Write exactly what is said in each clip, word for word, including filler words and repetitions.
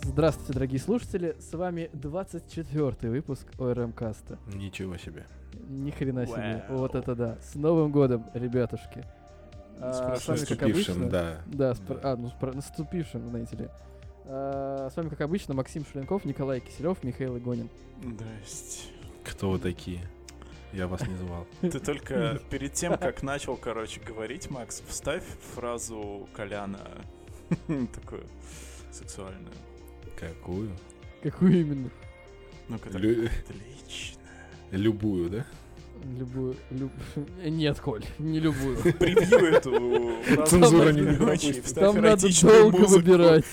Здравствуйте, дорогие слушатели, с вами двадцать четвёртый выпуск ОРМ-каста. Ничего себе. Ни хрена себе, Вау. вот это да. С Новым годом, ребятушки. А, с вами, как Наступившим, обычно, да. да, с пр- а, ну, с пр- наступившим, знаете ли. А, с вами, как обычно, Максим Шуленков, Николай Киселев, Михаил Игонин. Здрасте. Кто вы такие? Я вас не звал. Ты только перед тем, как начал, короче, говорить, Макс, вставь фразу Коляна такую сексуальную. Какую? Какую именно? Ну-ка, так, Лю- отлично. Любую, да? Любую, люб... Нет, Коль, не любую. Прибью эту фразу. Цензура не ночи, допустит. вставь Там надо эротичную долго музыку. выбирать.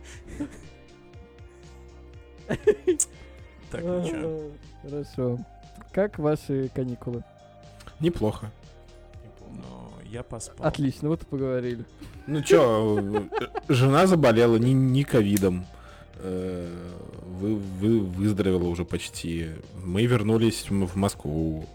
Так, ну чё? А, Хорошо. Как ваши каникулы? Неплохо. Ну, я поспал. Отлично, вот и поговорили. Ну чё, жена заболела не, не ковидом. Э, Вы, вы выздоровела уже почти. Мы вернулись в в Москву.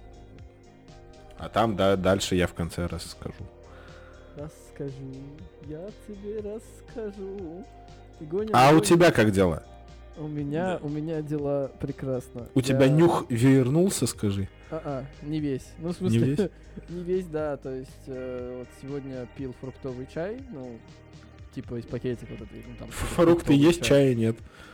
А там, да, дальше я в конце расскажу. Расскажу, я тебе расскажу. Игонин, А у Игонин. тебя как дела? У меня, Да. у меня дела прекрасно. У Я- тебя нюх вернулся, скажи? А-а, не весь. Ну, в смысле, Не весь? не весь, да. То есть, э, вот сегодня пил фруктовый чай, ну, типа из пакетика вот этой, ну, там. Фрукты фруктовый есть, чай. чая нет.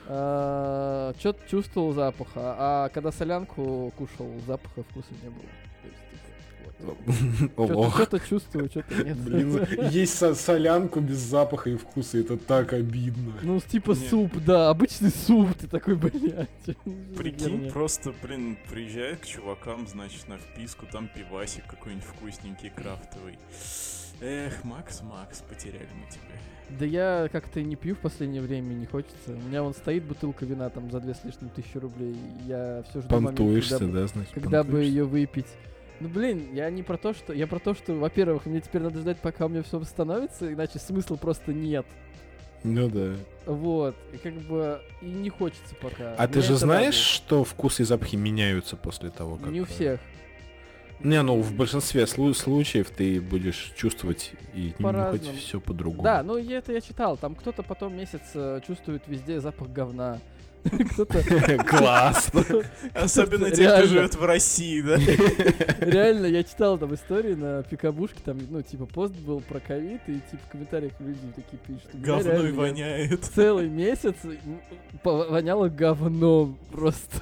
Что-то чувствовал запаха, а когда солянку кушал, запаха вкуса не было. То есть, типа, вот. Что-то, Ох, что-то чувствую, что-то нет. блин, есть со- солянку без запаха и вкуса, это так обидно. Ну, типа Не. суп, да, обычный суп, ты такой, блядь. Прикинь, просто, блин, приезжает к чувакам, значит, на вписку, там пивасик какой-нибудь вкусненький, крафтовый. Эх, Макс, Макс, потеряли мы тебя. Да я как-то не пью в последнее время, не хочется. У меня вон стоит бутылка вина там за две с лишним тысячи рублей. Я все жду момент, Понтуешься, когда, бы- да, значит? когда бы понтуешься? ее выпить. Ну блин, я не про то, что. Я про то, что, во-первых, мне теперь надо ждать, пока у меня все восстановится, иначе смысла просто нет. Ну да. Вот. И как бы и не хочется пока. А ты Меня же это знаешь, радует. что вкусы и запахи меняются после того, как... Не у э, всех. Не, ну в большинстве слу- случаев ты будешь чувствовать и нюхать По-разному. все по-другому. Да, ну я это я читал. Там кто-то потом месяц э, чувствует везде запах говна. Кто-то. Классно. Особенно те, Реально. кто живет в России, да? Реально, я читал там истории на пикабушке, там, ну, типа, пост был про ковид, и, типа, в комментариях люди такие пишут. «У меня Говно и реально, я воняет. Целый месяц м, по- воняло говном просто.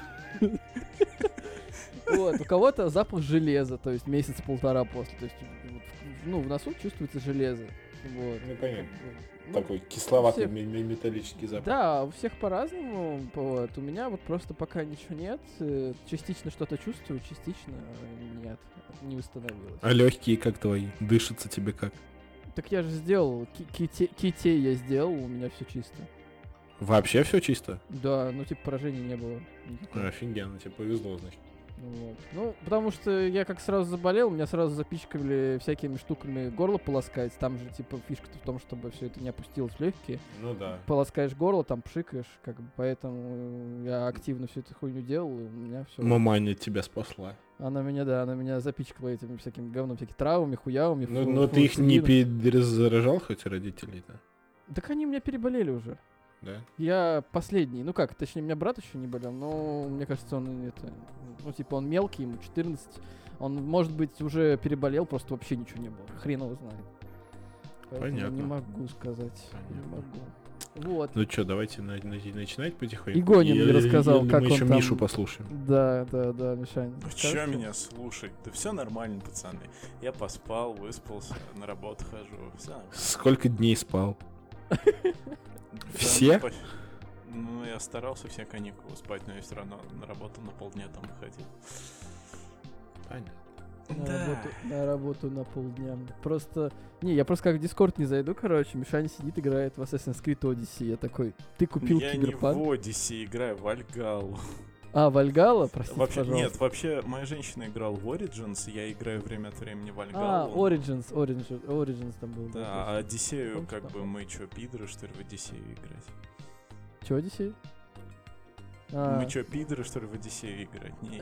Вот, у кого-то запах железа, то есть месяц-полтора после. То есть, вот, в- ну, в носу чувствуется железо. Вот. Ну, понятно. Ну, Такой кисловатый всех- ме- ме- металлический запах. Да, у всех по-разному. Вот. У меня вот просто пока ничего нет. э, Частично что-то чувствую, частично э, нет. Не установилось. А легкие как твои? Дышится тебе как? Так я же сделал. ки- ките- Китей я сделал, у меня все чисто. Вообще все чисто? Да, ну типа поражений не было. никакого. Офигенно, тебе повезло, значит. Вот. Ну, потому что я как сразу заболел, меня сразу запичкали всякими штуками горло полоскать. Там же, типа, фишка-то в том, чтобы все это не опустилось в легкие. Ну да. Полоскаешь горло, там пшикаешь, как бы, поэтому я активно всю эту хуйню делал, и у меня все. Маманя тебя спасла. Она меня, да, она меня запичкала этим всяким говном, всякими травами, хуявами. Ну, фу- но ты их не фурцелином. перезаражал хоть родителей-то? Так они у меня переболели уже. Да? Я последний, ну как, точнее, у меня брат еще не болел, но мне кажется, он это, ну типа он мелкий, ему четырнадцать, он, может быть, уже переболел, просто вообще ничего не было, хрен его знает. Поэтому Понятно. не могу сказать, не Понятно. могу. Вот. Ну что, давайте на- на- начинать потихоньку. Игонин мне Или- рассказал, или как мы он еще там- Мишу послушаем. Да, да, да, Мишань. Ну расскажешь, чё что? меня слушать? Да все нормально, пацаны. Я поспал, выспался, на работу хожу. Все нормально. Сколько дней спал? Да, Все? ну, по- Ну, я старался все каникулы спать, но я все равно на работу на полдня там выходил. Понятно. На, Да. работу, на работу на полдня. Просто... Не, я просто как в Дискорд не зайду, короче. Мишаня сидит, играет в Assassin's Creed Odyssey. Я такой, ты купил Я не в Киберпанк? Odyssey играю, в Вальгалу. А, Вальгала? Простите, Вообще, пожалуйста. нет, вообще, моя женщина играла в Origins, я играю время от времени в А, Вальгалу. Origins, Origins, Origins там был. Да, точно. а Одиссею, Помнишь, как там? бы, мы чё, пидоры, что ли, в Одиссею играть? Чё, Одиссей? А, Мы чё, пидоры, что ли, в Одиссею играть? Не.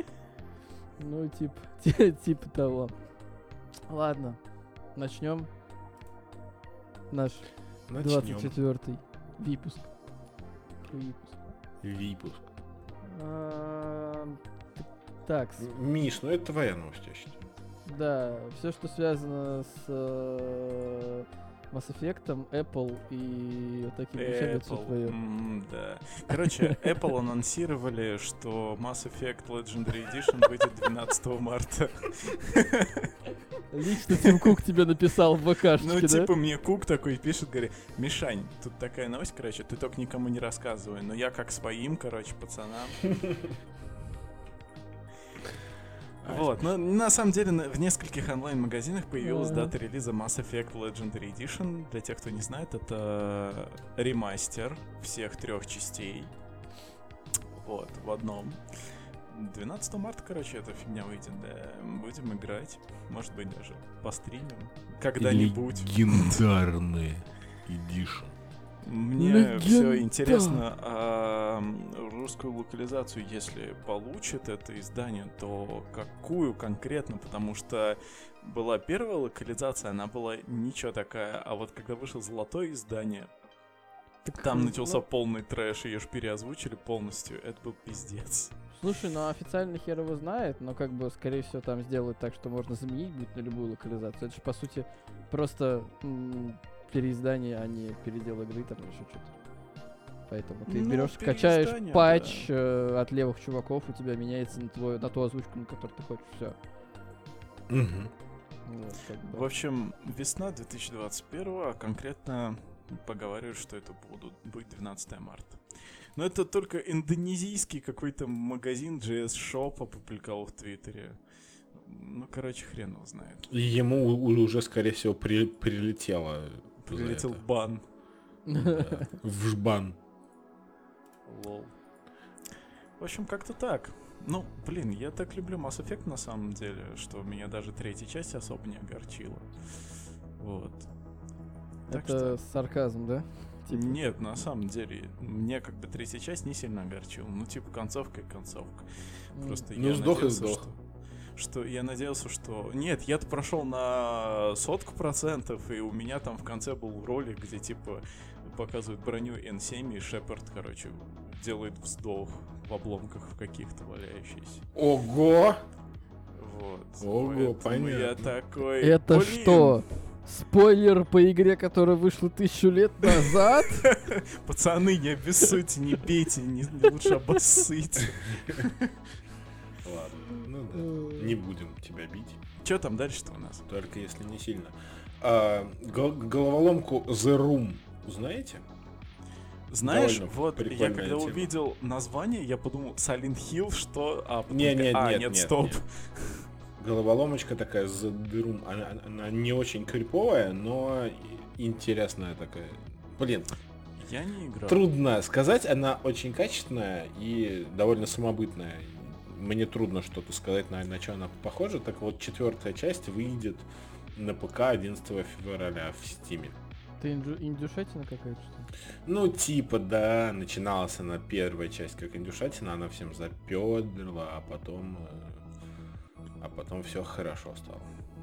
ну, типа, типа того. Ладно, начнем наш Начнем. двадцать четвёртый выпуск. Выпуск. Выпуск. А, Так, с- М, Миш, ну это твоя новость, я считаю. да, все, что связано с э, Mass Effect, Apple и вот такими вещами, это всё Apple, твоё. м, да. Короче, Apple анонсировали, что Mass Effect Legendary Edition выйдет двенадцатого марта. Лично Тим Кук тебе написал в Ну, ВКшечке, да? типа, мне Кук такой пишет, говорит, Мишань, тут такая новость, короче, ты только никому не рассказывай, но я как своим, короче, пацанам. Вот, но на самом деле на- в нескольких онлайн-магазинах появилась Ага. дата релиза Mass Effect Legendary Edition. Для тех, кто не знает, это ремастер всех трех частей. Вот, в одном. двенадцатого марта, короче, эта фигня выйдет, да. Будем играть. Может быть, даже постримим. Когда-нибудь. Легендарный эдишн. Мне все Легенда. интересно, а м, русскую локализацию, если получит это издание, то какую конкретно? Потому что была первая локализация, она была ничего такая, а вот когда вышло золотое издание, Так, там ну, начался полный трэш, ее ж переозвучили полностью, это был пиздец. Слушай, ну официально хер его знает, но как бы, скорее всего, там сделают так, что можно заменить будет на любую локализацию. Это же, по сути, просто м, переиздание, а не передел игры там или еще что-то. Поэтому ты Ну, берешь, качаешь переиздание, патч э, от левых чуваков, у тебя меняется на, твой, на ту озвучку, на которую ты хочешь, все. Мгм. Вот, как бы. В общем, весна две тысячи двадцать первого, а конкретно поговаривают, что это будут, будет двенадцатого марта. Но это только индонезийский какой-то магазин джей эс Shop опубликовал в Твиттере. Ну, короче, хрен его знает. И ему у- уже, скорее всего, при- прилетело. за Прилетел это. бан. Да. В жбан. Лол. В общем, как-то так. Ну, блин, я так люблю Mass Effect на самом деле, что меня даже третья часть особо не огорчила. Вот. Так Это что... сарказм, да? Типа. Нет, на самом деле, мне как бы третья часть не сильно огорчила. Ну, типа, концовка и концовка. М. Просто Ну, я сдох и надеялся, сдох. Что, что я надеялся, что... Нет, я-то прошел на сотку процентов, и у меня там в конце был ролик, где, типа, показывают броню эн семь, и Шепард, короче, делает вздох в обломках в каких-то валяющихся. Ого! Вот. Ого, Поэтому я понятно. такой... Это «Блин, что? Спойлер по игре, которая вышла тысячу лет назад? Пацаны, не обессудьте, не пейте, не, не лучше обоссыть. Ладно, ну да. Не будем тебя бить, Че там дальше-то у нас? только если не сильно. А, гол- головоломку The Room знаете? Знаешь, Довольно вот я прикольная когда тема. увидел название, я подумал, Silent Hill, что... А, потом Не, такая, нет, а, нет, нет, нет, стоп. нет. Головоломочка такая The Room. Она, она не очень криповая, но и- интересная такая. Блин, Я не играл. трудно сказать, она очень качественная и довольно самобытная. Мне трудно что-то сказать, на, на что она похожа. Так вот, четвертая часть выйдет на ПК одиннадцатого февраля в Стиме. Ты инду- индюшатина какая-то, что ли? Ну, типа, да, начиналась она первая часть как индюшатина, она всем запёдрила, а потом... э, А потом все хорошо стало.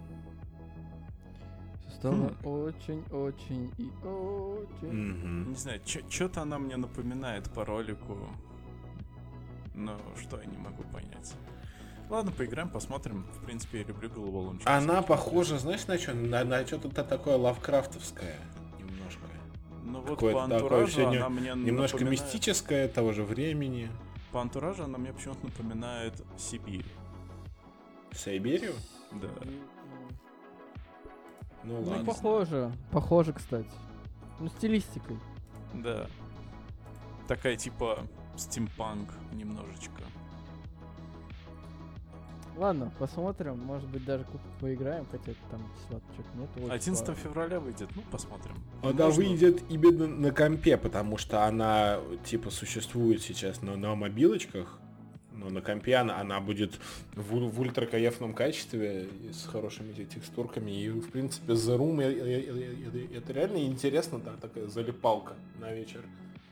Всё стало Хм. очень-очень и очень... Мгм. Не знаю, что-то она мне напоминает по ролику. Но что я не могу понять. Ладно, поиграем, посмотрим. В принципе, я люблю головоломчики. Она похожа, знаешь, на что? На, на что-то такое лавкрафтовское немножко. Ну вот какое-то по такое антуражу всё не- она мне Немножко напоминает- мистическое того же времени. По антуражу она мне почему-то напоминает Сибирь. Сайберию? Да. Ну Ну, ладно. похоже. Похоже, кстати. Ну, стилистикой. Да. Такая типа стимпанк немножечко. Ладно, посмотрим. Может быть, даже куп- поиграем, хотя там числа что-то нет. очень одиннадцатого слабо. февраля выйдет, ну посмотрим. Она Можно- выйдет именно на компе, потому что она типа существует сейчас на, на мобилочках, но на компе она, она будет в, у- в ультракаефном качестве и с хорошими те- текстурками. И в принципе The Room э- э- э- э- это реально интересно, да, такая залипалка на вечер.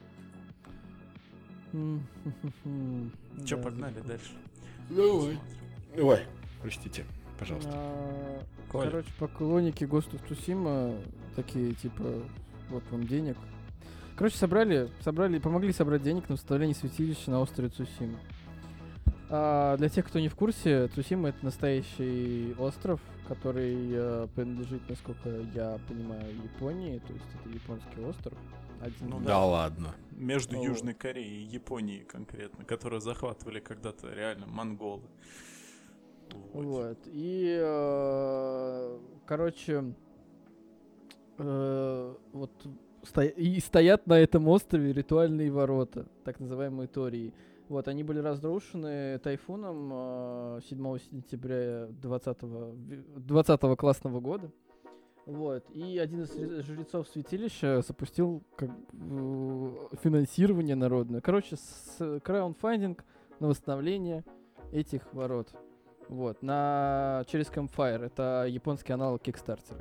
М, Чё, да, погнали забыл. дальше. Давай. Посмотрим. Ой, простите, пожалуйста. А, Коля. Короче, поклонники Ghost of Tsushima такие, типа, вот вам денег. Короче, собрали, собрали, помогли собрать денег на восстановление святилища на острове Цусима. А для тех, кто не в курсе, Цусима — это настоящий остров, который э, принадлежит, насколько я понимаю, Японии. То есть это японский остров. Один. Ну Да, да. ладно. Между О. Южной Кореей и Японией конкретно, которые захватывали когда-то реально монголы. Вот. Вот. И, э, короче, э, вот сто... и стоят на этом острове ритуальные ворота, так называемые Тории. Вот, они были разрушены тайфуном э, седьмого сентября двадцатого, двадцатого классного года. Вот. И один из ре- жрецов святилища запустил как, э, финансирование народное. Короче, с краундфандинг на восстановление этих ворот. Вот. На... Через Campfire. Это японский аналог Кикстартера.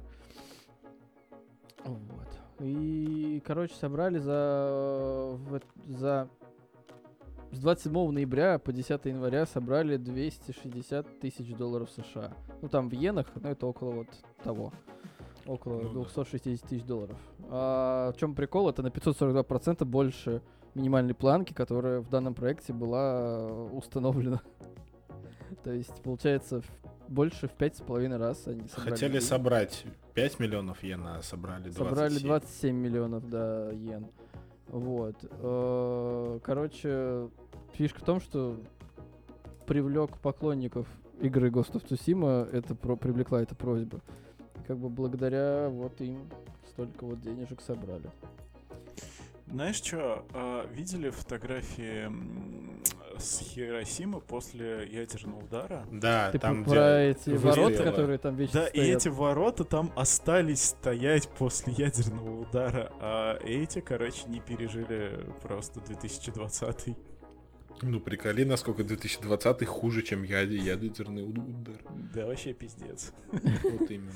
Вот. И, короче, собрали за... в- за... С двадцать седьмого ноября по десятого января собрали двести шестьдесят тысяч долларов США. Ну, там в иенах, но это около вот того. Около Ну да. двести шестьдесят тысяч долларов. А в чем прикол? Это на пятьсот сорок два процента больше минимальной планки, которая в данном проекте была установлена. То есть, получается, в- больше в пять с половиной раз они собрали. Хотели денег. собрать пять миллионов йен, а собрали двадцать семь. Собрали двадцать семь миллионов, да, йен. Вот. Э, Короче, фишка в том, что привлек поклонников игры Ghost of Tsushima, это про- привлекла эта просьба. И как бы благодаря вот им столько вот денежек собрали. Знаешь что, видели фотографии м, с Хиросимы после ядерного удара? Да, Ты там про где эти выстрелы. ворота, которые там вечно Да, и стоят. эти ворота там остались стоять после ядерного удара, а эти, короче, не пережили просто две тысячи двадцатый. Ну, приколи, насколько две тысячи двадцатый хуже, чем яд- ядерный удар. Да, вообще пиздец. Вот именно.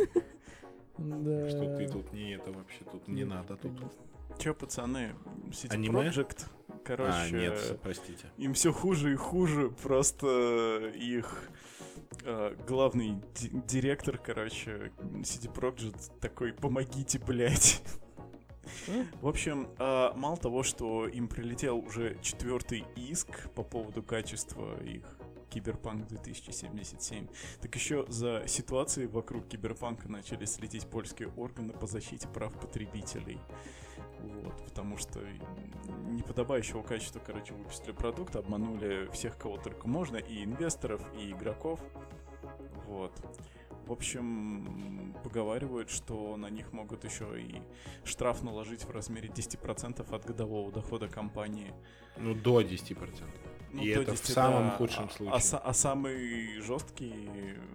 Да. Что ты тут не это вообще, тут не надо тут. Чё, пацаны, си ди Аниме? Projekt, короче, А, нет, простите. им все хуже и хуже, просто их э, главный ди- директор, короче, си ди Projekt такой: помогите, блядь. В общем, э, мало того, что им прилетел уже четвертый иск по поводу качества их Киберпанк две тысячи семьдесят семь, так еще за ситуацией вокруг Киберпанка начали следить польские органы по защите прав потребителей. Вот, потому что неподобающего качества, короче, выпустили продукт, обманули всех, кого только можно, и инвесторов, и игроков. Вот. В общем, поговаривают, что на них могут еще и штраф наложить в размере десять процентов от годового дохода компании. Ну, до десяти процентов. Ну, И до это в десяти, самом да. худшем А- случае. А, са- а самый жесткий...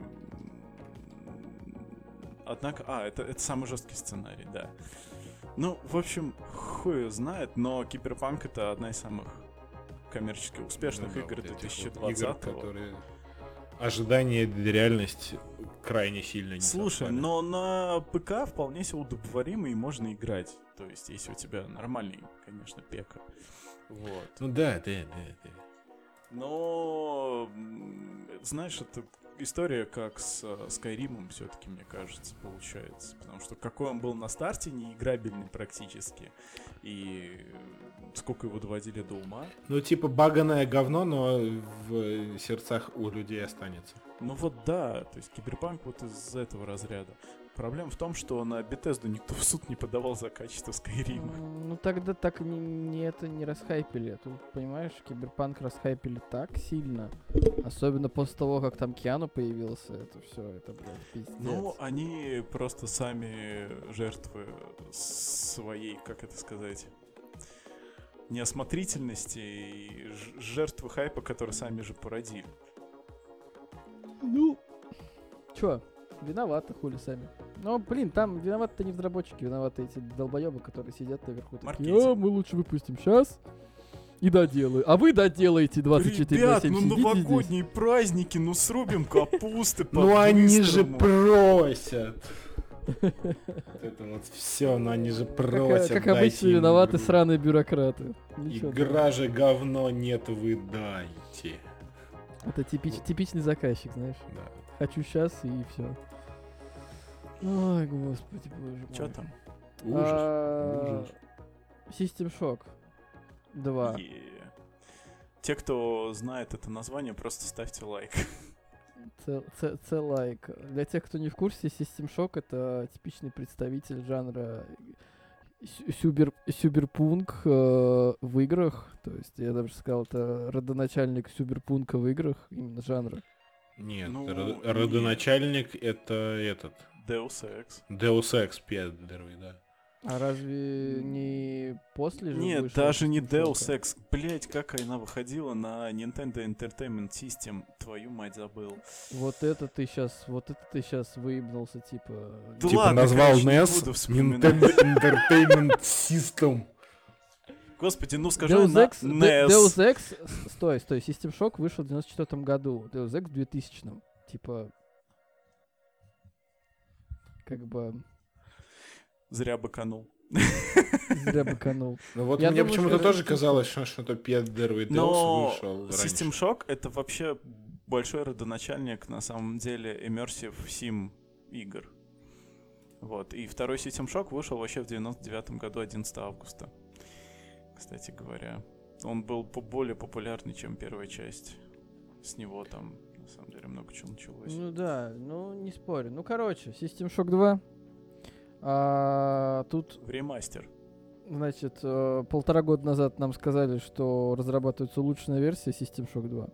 Однако... А, это, это самый жесткий сценарий, да. Ну, в общем, хуй его знает, но Киберпанк — это одна из самых коммерчески успешных Ну да, игр вот этих вот две тысячи игр, двадцатого. которые ожидание и реальность крайне сильно не Слушай, совпали. но на ПК вполне себе удобоваримо и можно играть. То есть, если у тебя нормальный, конечно, пека. Вот. Ну да, да, да, да. Но, м, знаешь, это история как с Скайримом все-таки, мне кажется, получается. Потому что какой он был на старте, неиграбельный практически. И сколько его доводили до ума. Ну, типа баганое говно, но в сердцах у людей останется. Ну вот да, то есть Киберпанк вот из этого разряда. Проблема в том, что на Bethesda никто в суд не подавал за качество Скайрима. М, Ну тогда так не, не это не расхайпили. Тут, понимаешь, Киберпанк расхайпили так сильно. Особенно после того, как там Киану появился. Это все, это, блядь, пиздец. Ну, они просто сами жертвы своей, как это сказать, неосмотрительности и ж- жертвы хайпа, которые сами же породили. Ну, чё, виноваты хули сами. Ну, блин, там виноваты-то не разработчики, виноваты эти долбоебы, которые сидят наверху. Такие, Маркетинг. «А, мы лучше выпустим сейчас и доделаем. А вы доделаете двадцать четыре на Ребят, семь, ну сидите здесь». новогодние праздники, ну срубим капусты Ну они же по-быстрому. просят. Вот это вот все, но они же Как, просят. как дайте обычно им виноваты игру. сраные бюрократы. Ничего, Игра же говно, нет, вы дайте. это типич- типичный заказчик, знаешь. Да. Хочу сейчас и все. Ой, господи, боже мой. Чё там? Ужас. А, ужас. System Shock два. Yeah. Те, кто знает это название, просто ставьте лайк. Ц-лайк. Для тех, кто не в курсе, System Shock — это типичный представитель жанра сюбер, сюберпунк э, в играх. То есть я даже сказал, это родоначальник сюберпунка в играх, именно жанра. Нет, Ну, род- нет. родоначальник это этот. Deus Ex. Deus Ex первый, да. А разве не после же Нет, вышел даже не System Deus Shock'а? Ex. Блять, как она выходила на Nintendo Entertainment System. Твою мать, забыл. Вот это ты сейчас, вот это ты сейчас выебнулся, типа... Да Типа ладно, назвал короче, не нес буду вспоминать. Nintendo Entertainment System. Господи, ну скажи Deus на Ex, Де- нес. Deus Ex, с- стой, стой, System Shock вышел в девяносто четвёртом году, Deus Ex в двухтысячном. Типа... Как бы... Зря быканул. Зря быканул. Ну вот Я мне думаю, почему-то что тоже это казалось, что что-то первый Deus Но вышел System раньше. Shock — это вообще большой родоначальник, на самом деле, Immersive Sim игр. Вот. И второй System Shock вышел вообще в девяносто девятом году, одиннадцатого августа. Кстати говоря. Он был по- более популярный, чем первая часть. С него там, на самом деле, много чего началось. Ну да, ну не спорю. Ну короче, System Shock два. А, тут, В ремастер. значит, э, полтора года назад нам сказали, что разрабатывается улучшенная версия System Shock два.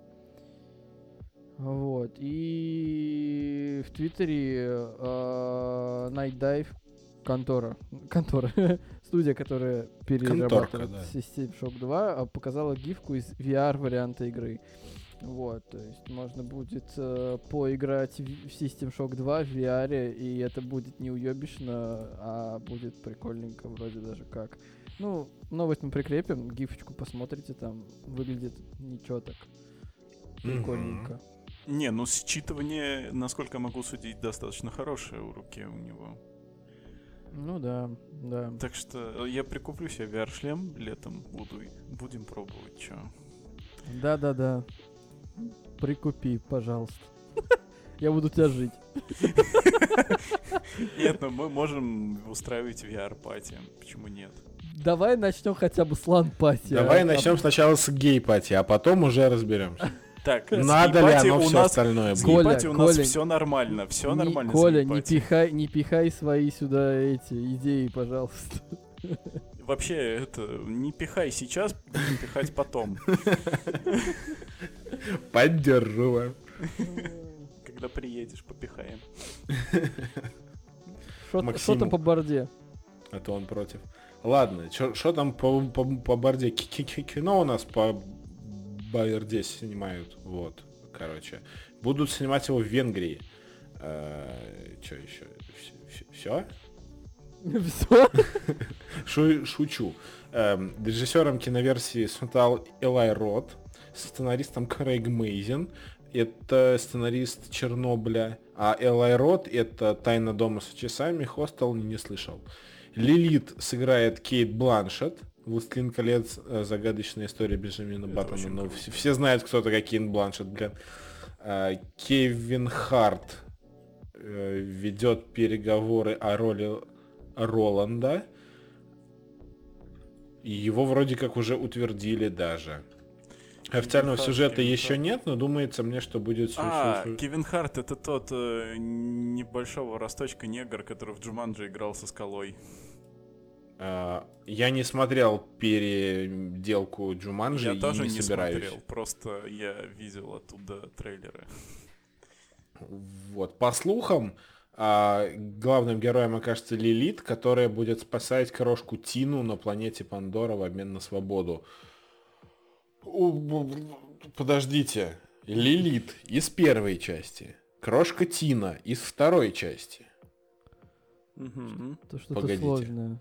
Вот. И в Твиттере э, Night Dive, контора, контора, студия, которая перерабатывает да. System Shock два, а, показала гифку из ви ар-варианта игры. Вот, то есть можно будет э, поиграть в в System Shock два в ви ар, и это будет не уебищно, а будет прикольненько вроде даже как. Ну, новость мы прикрепим, гифочку посмотрите, там выглядит ничего так прикольненько. Не, ну считывание, насколько я могу судить, достаточно хорошее у руки у него. Ну да, да. Так что я прикуплю себе ви ар-шлем летом, буду, будем пробовать, чё. Да-да-да. Прикупи, пожалуйста. Я буду тебя жить. Нет, ну мы можем устраивать ви ар-пати, почему нет? Давай начнем хотя бы с лан-пати. Давай а? начнем сначала с гей-пати, а потом уже разберемся. Так, Надо ли гей-пати оно у все нас, остальное с будет? Коля, гей-пати у нас Коля, все нормально, все Не- нормально Коля, с не гей-пати. пихай, не пихай свои сюда эти идеи, пожалуйста. Вообще, это, не пихай сейчас, будем пихать потом, Поддерживаю. когда приедешь, попихаем. Что Максиму. там по борде? А то он против. Ладно, что там по, по, по борде? Ки- ки- ки- Кино у нас по борде снимают. Вот, короче. Будут снимать его в Венгрии. Что еще? Все? Все? Шу- шучу. Эм, режиссером киноверсии стал Элай Рот, сценаристом Крейг Мейзен. Это сценарист Чернобыля. А Элай Рот — это «Тайна дома с часами», «Хостел» не слышал. Лилит сыграет Кейт Бланшетт. «Властелин колец», э, загадочная история Бенджамина Это Баттона. очень Ну, круто. все, все знают, кто такая Кейт Бланшетт, блин. Э, Кевин Харт э, ведет переговоры о роли Роланда. И его вроде как уже утвердили даже. Официального Харт, сюжета Кевин еще Харт. нет, но думается мне, что будет... су- А, су- су- Кевин Харт — это тот э, небольшого росточка негр, который в Джуманджи играл со скалой. А, я не смотрел переделку Джуманджи Я и тоже не, не собираюсь. смотрел, просто я видел оттуда трейлеры. Вот. По слухам, а, главным героем окажется Лилит, которая будет спасать крошку Тину на планете Пандора в обмен на свободу. У, б- б- Подождите. Лилит из первой части. Крошка Тина из второй части. Мгм. То что-то Погодите. сложное.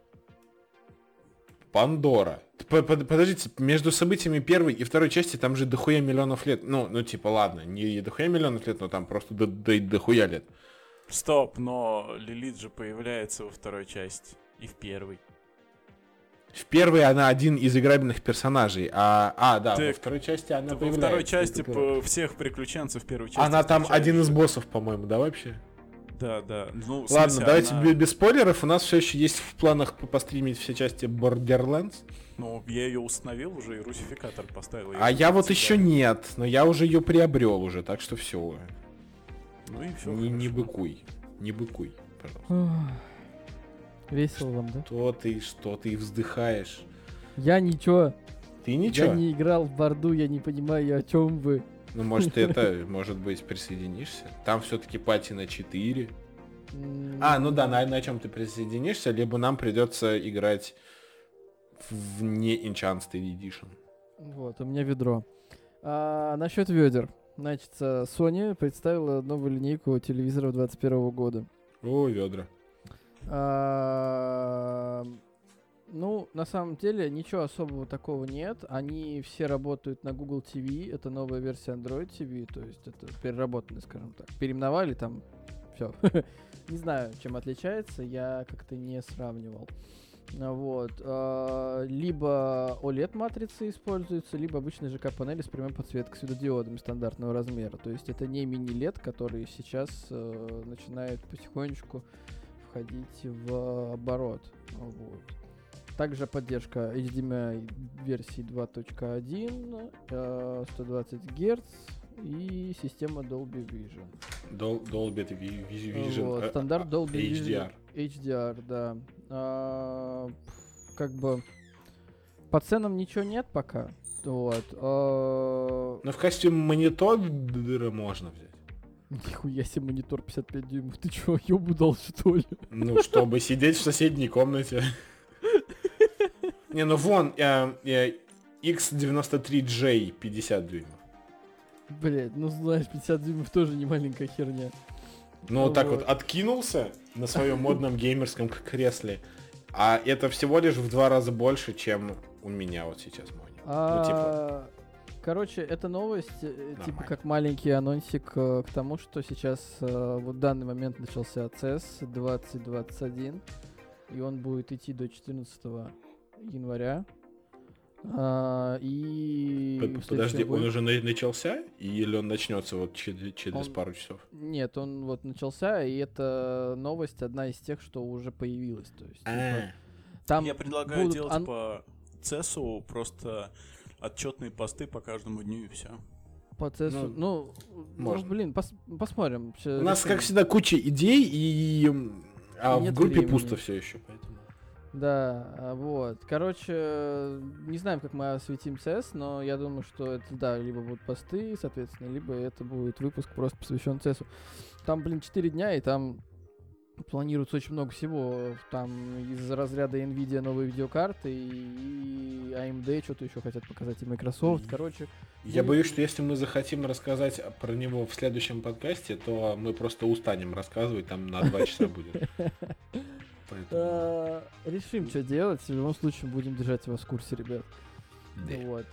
Пандора. П- под- Подождите, между событиями первой и второй части там же дохуя миллионов лет. Ну, ну типа, ладно, не дохуя миллионов лет, но там просто до- до- дохуя лет. Стоп, но Лилит же появляется во второй части и в первой. В первой она один из играбельных персонажей, а, а да, во Так, второй части она Во появляется. второй части Ты- ты- по всех приключенцев первой части. Она там встречаешь. один из боссов, по-моему, да, вообще? Да, да. Ну, в Ладно, смысле, давайте она- бе- без спойлеров. У нас все еще есть в планах по- постримить все части Borderlands. Ну, я ее установил уже и русификатор поставил. А я вот еще нет, но я уже ее приобрел уже, так что все. Ну и все. Не, не быкуй. Не быкуй, пожалуйста. Ох, весело вам, да? Что ты, что ты вздыхаешь? Я ничего. Ты ничего? Я не играл в Борду, я не понимаю, о чем вы. Ну, может, ты это, может быть, присоединишься? Там все-таки патина четыре. М, А, ну да, на, на чем ты присоединишься, либо нам придется играть в не Enchanted Edition. Вот, у меня ведро. А, насчет ведер. Значит, э, Sony представила новую линейку телевизоров двадцать первого года. О, ведра. А, ну, на самом деле, ничего особого такого нет. Они все работают на Google ти ви. Это новая версия Android ти ви. То есть это переработанный, скажем так. Переименовали там. Все. Не знаю, чем отличается. Я как-то не сравнивал. А, Вот. а, Либо о лед матрицы используются, либо обычные ЖК-панели с прямой подсветкой светодиодами стандартного размера. То есть это не мини-лед, который сейчас э, начинает потихонечку входить в оборот. Вот. Также поддержка эйч ди эм ай версии два точка один, э, сто двадцать герц и система Dolby Vision. Dol- Dolby Ви- Ви- Vision. Вот, э, стандарт а, Dolby эйч ди Vision. ар. эйч ди ар, да. А, пф, как бы по ценам ничего нет пока. Вот. а, Но в качестве монитора можно взять. Нихуя себе монитор пятьдесят пять дюймов. Ты чё, ёбу дал, что ли? Ну, чтобы сидеть в соседней комнате. Не, ну вон, э, э, икс девяносто три джей пятьдесят дюймов. Блять, ну знаешь, пятьдесят дюймов тоже не маленькая херня. Ну, вот так Вот. вот откинулся на своем модном геймерском к- кресле. А это всего лишь в два раза больше, чем у меня вот сейчас монитор. Ну, типа, А, Короче, это новость, э, типа Нормально. как маленький анонсик э, к тому, что сейчас э, вот в данный момент начался цес двадцать двадцать один, и он будет идти до четырнадцатого января. А, и под- в следующем подожди, он году- уже на- начался? Или он начнется вот через, через Он- пару часов? Нет, он вот начался, и это новость одна из тех, что уже появилась. То есть, типа, А, там Я предлагаю будут делать ан- по цесу просто отчетные посты по каждому дню и все. по цесу. Ну, ну, можно. блин, пос- посмотрим. Ща у нас, решим. как всегда, куча идей, и м, а И в нет группе времени. пусто все еще, поэтому. Да, а, вот. Короче, э, не знаем, как мы осветим цес, но я думаю, что это, да, либо будут посты, соответственно, либо это будет выпуск просто посвящен цесу. Там, блин, четыре дня, и там планируется очень много всего. Там из разряда Nvidia новые видеокарты, и эй эм ди что-то еще хотят показать, и Microsoft. Короче, Я Ну, боюсь, что если мы захотим рассказать про него в следующем подкасте, то мы просто устанем рассказывать, там на два часа будет. Поэтому, э, решим, что делать. В любом случае, будем держать вас в курсе, ребят. да. Вот.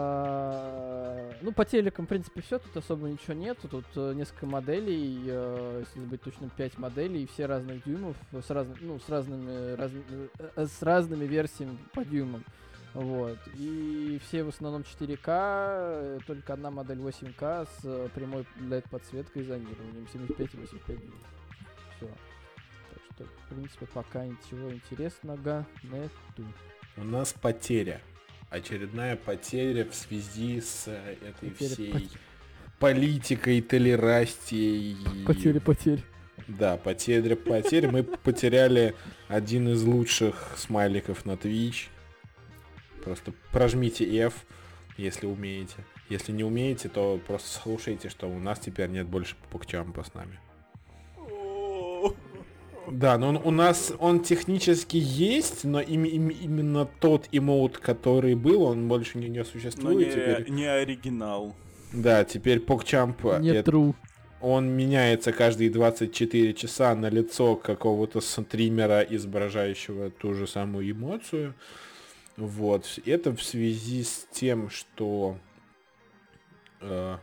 А, ну, по телекам, в принципе, все. Тут особо ничего нет. Тут э, несколько моделей, э, если быть точным, пять моделей, все разных дюймов, с, разными, ну, с, разными, разни- э, с разными версиями по дюймам. Вот. И все в основном четыре ка, э, только одна модель восемь ка с э, прямой эл и ди-подсветкой и зонированием семьдесят пять и восемьдесят пять дюймов. Все. Так что, в принципе, пока ничего интересного нету. У нас потеря. Очередная потеря в связи с э, этой Потеря, всей потеря. политикой, толерастией. Потеря, потеря. Да, потеря, потеря. Мы потеряли один из лучших смайликов на Twitch. Просто прожмите F, если умеете. Если не умеете, то просто слушайте, что у нас теперь нет больше покчампа с нами. Да, но он, у нас он технически есть, но им- им- именно тот эмоут, который был, он больше не, не Но существует. не, Теперь, не оригинал. да, теперь покчамп, Не это- true. он меняется каждые двадцать четыре часа на лицо какого-то стримера, изображающего ту же самую эмоцию. Вот. Это в связи с тем, что... Э,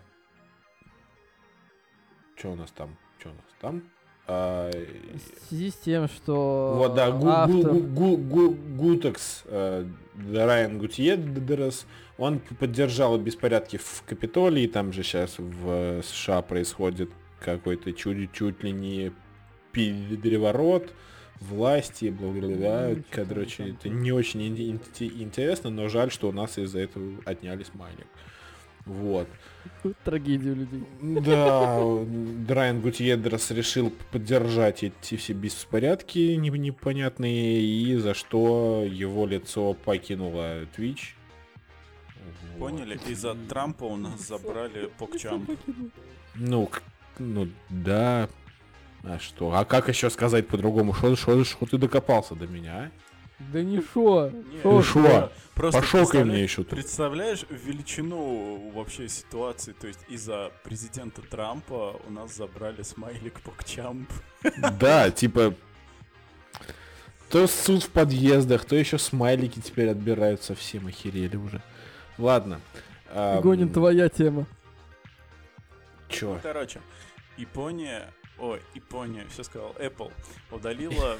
что у нас там? Что у нас там? А, В связи с тем, что вот, да, Гу- автор- Гу- Гу- Гу- Гутекс, э, Райан Гутьеррес, он поддержал беспорядки в Капитолии, там же сейчас в США происходит какой-то чуть, чуть ли не переворот власти, бла-бла-бла. Короче, это не очень интересно, но жаль, что у нас из-за этого отняли смайлик. Вот. Трагедию людей. Да, Драйан Гутьеррес решил поддержать эти все беспорядки непонятные, и за что его лицо покинуло Twitch. Поняли? Из-за Трампа у нас забрали PogChamp. Ну, ну да. А что? А как еще сказать по-другому? Что, что, что ты докопался до меня, а? Да не шо. Ну шо? Просто пошокай мне еще тут. Представляешь величину вообще ситуации? То есть из-за президента Трампа у нас забрали смайлик PogChamp. Да, типа... То суд в подъездах, то еще смайлики теперь отбирают, совсем охерели уже. Ладно. Гонин, ам... твоя тема. Чё? Ну, короче, Япония... Ой, Япония, все сказал. Apple удалила...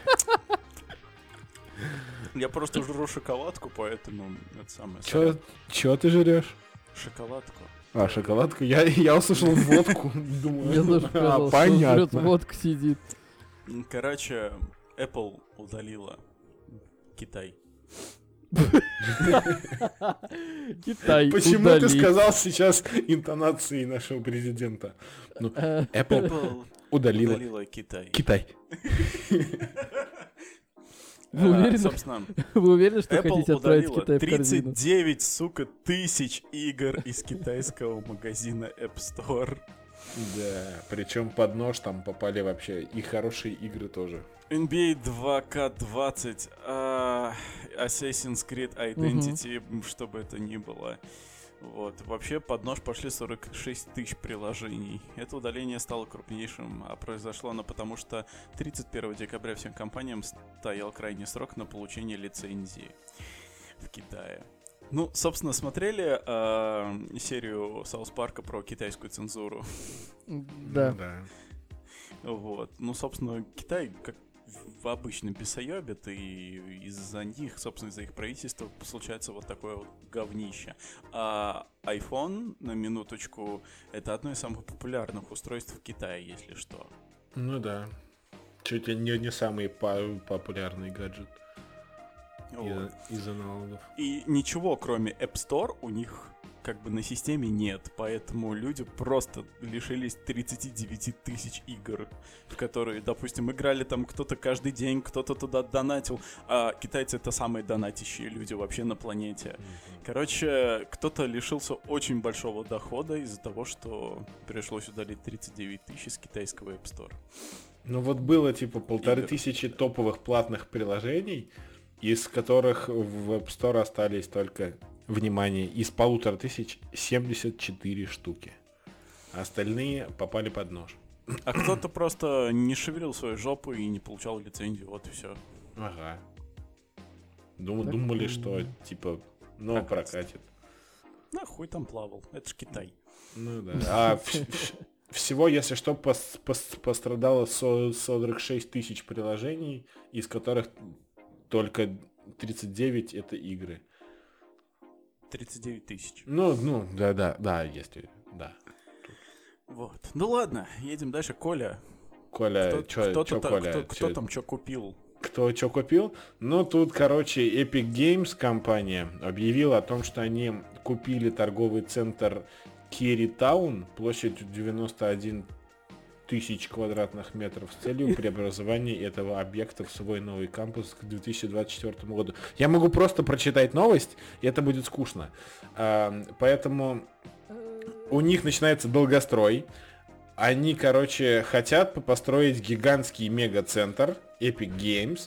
Я просто жру шоколадку, поэтому это самое... Чё, чё ты жрешь? Шоколадку. А, шоколадку? Я, я услышал водку. Думаю, а, понятно. Водка сидит. Короче, Apple удалила Китай. Китай. Почему ты сказал сейчас интонацией нашего президента? Ну, Apple удалила, удалила Китай. Китай. Вы уверены, собственно, вы уверены, что Apple хотите отправить Китай в корзину? тридцать девять, сука, тысяч игр из китайского магазина App Store. Да, причем под нож там попали вообще и хорошие игры тоже. эн би эй два ка двадцать, uh, Assassin's Creed Identity, uh-huh. что бы это ни было. Вот. Вообще под нож пошли сорок шесть тысяч приложений. Это удаление стало крупнейшим, а произошло оно потому, что тридцать первого декабря всем компаниям стоял крайний срок на получение лицензии в Китае. Ну, собственно, смотрели э, серию Саус Парка про китайскую цензуру? Да. да. Вот. Ну, собственно, Китай как в обычном бесоебит, и из-за них, собственно, из-за их правительства случается вот такое вот говнище. А iPhone, на минуточку, это одно из самых популярных устройств в Китае, если что. Ну да. Чуть ли не, не самый по- популярный гаджет. Вот. Из, из аналогов. И ничего, кроме App Store, у них как бы на системе нет, поэтому люди просто лишились тридцать девять тысяч игр, в которые, допустим, играли там кто-то каждый день, кто-то туда донатил, а китайцы — это самые донатящие люди вообще на планете. Mm-hmm. Короче, кто-то лишился очень большого дохода из-за того, что пришлось удалить тридцать девять тысяч из китайского App Store. Ну вот было типа полторы тысячи топовых платных приложений, из которых в App Store остались только... Внимание, из полутора тысяч семьдесят четыре штуки. А остальные попали под нож. А кто-то просто не шевелил свою жопу и не получал лицензию, вот и все. Ага. Дум, думали, что типа, ну, прокатит. прокатит. Ну, хуй там плавал, это ж Китай. Ну да. А в, в, всего, если что, пос, пос, пострадало сорок шесть тысяч приложений, из которых только тридцать девять это игры. тридцать девять тысяч. Ну, ну, да, да, да, если, да. Вот. Ну ладно, едем дальше. Коля. Коля, кто, чё, кто, Коля? Кто, кто там что купил? Кто что купил? Ну, тут, короче, Epic Games компания объявила о том, что они купили торговый центр Керри Таун площадью девяносто один тысяч квадратных метров с целью преобразования этого объекта в свой новый кампус к две тысячи двадцать четвёртому году. Я могу просто прочитать новость, и это будет скучно. А, поэтому у них начинается долгострой. Они, короче, хотят построить гигантский мега-центр Epic Games,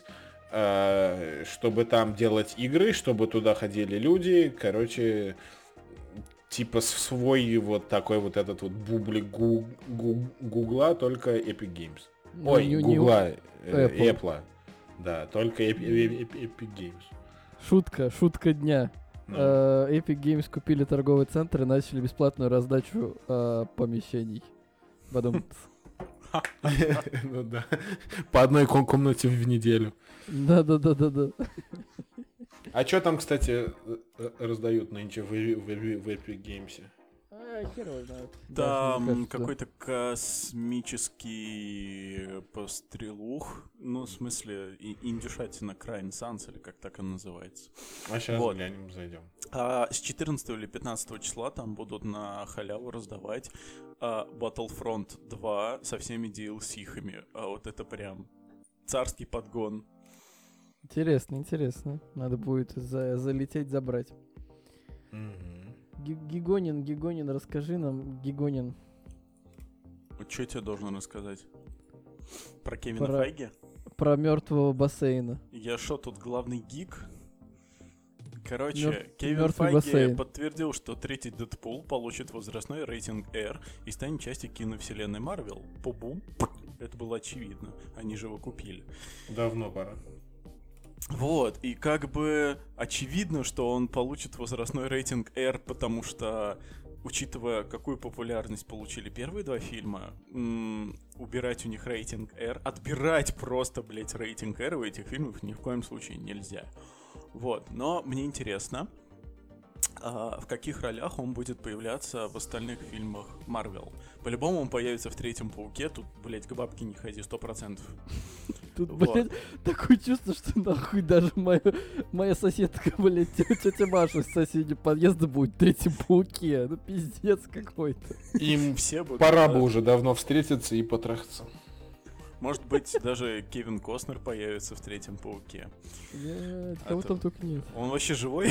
а, чтобы там делать игры, чтобы туда ходили люди. Короче... Типа свой вот такой вот этот вот бублик гу- гу- Гугла, только Epic Games. Ну, Ой, не, Гугла, не э, Apple. Apple. Да, только Epic, Epic Games. Шутка, шутка дня. Ну. Uh, Epic Games купили торговый центр и начали бесплатную раздачу uh, помещений. Потом... Ну да. По одной комнате в неделю. Да-да-да-да-да. А что там, кстати, раздают нынче в, в, в Epic Games? А, Да, хер его знает. Даже, Там мне кажется. какой-то космический пострелух, ну, в смысле, и- индюшатина Crime Sans, или как так он называется. А сейчас Вот. глянем, зайдем. А с четырнадцатого или пятнадцатого числа там будут на халяву раздавать а, Battlefront два со всеми ди эл си-хами. А вот это прям царский подгон. Интересно, интересно. Надо будет за- залететь, забрать. Мгм. Ги- Гигонин, Гигонин, расскажи нам, Гигонин, Вот что я тебе должен рассказать? Про Кевина Про- Файги? про мертвого бассейна. Я шо, тут главный гик? Короче, Мёр- Кевин мёртвый Файги бассейн. подтвердил, что третий Дэдпул получит возрастной рейтинг R и станет частью киновселенной Марвел. Пу-бум. Это было очевидно. Они же его купили. Давно пора. Вот, и как бы очевидно, что он получит возрастной рейтинг R, потому что, учитывая, какую популярность получили первые два фильма, м- убирать у них рейтинг R, отбирать просто, блять, рейтинг R у этих фильмов ни в коем случае нельзя. Вот, но мне интересно, а, в каких ролях он будет появляться в остальных фильмах Марвел. По-любому он появится в третьем Пауке, тут, блять, к бабке не ходи, сто процентов. Тут, Вот. блядь, такое чувство, что нахуй даже моя, моя соседка, блядь, тё- тетя Маша с соседнего подъезда будет в третьем Пауке. Ну, пиздец какой-то. Им Все будут, пора да. бы уже давно встретиться и потрахаться. Может быть, даже Кевин Костнер появится в третьем Пауке. Блядь, А кого то- там только нет. Он вообще живой?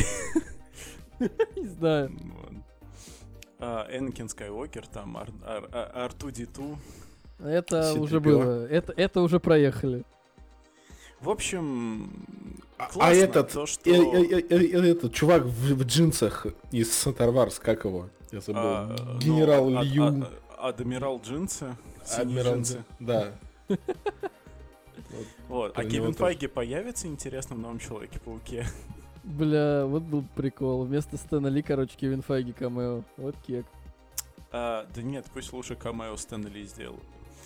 Не знаю. Вот. А, Энакин Скайуокер, там, Ар- Ар- Ар- ар ту ди ту. Это Си-три уже пи о. было. Это, это уже проехали. В общем, А, классно а этот, то, что... э, э, э, э, этот чувак в, в джинсах из Star Wars, как его? Я забыл. а, ну, Генерал ад- Лью. ад- ад- Адмирал Джинсы. Синие Адмирал джинсы. Дж- Да. Вот. А Про него Кевин тоже. Файги появится, интересно, в новом Человеке-пауке? Бля, вот был прикол. Вместо Стэна Ли, короче, Кевин Файги камео. Вот кек. А, да нет, пусть лучше камео Стэна Ли сделают.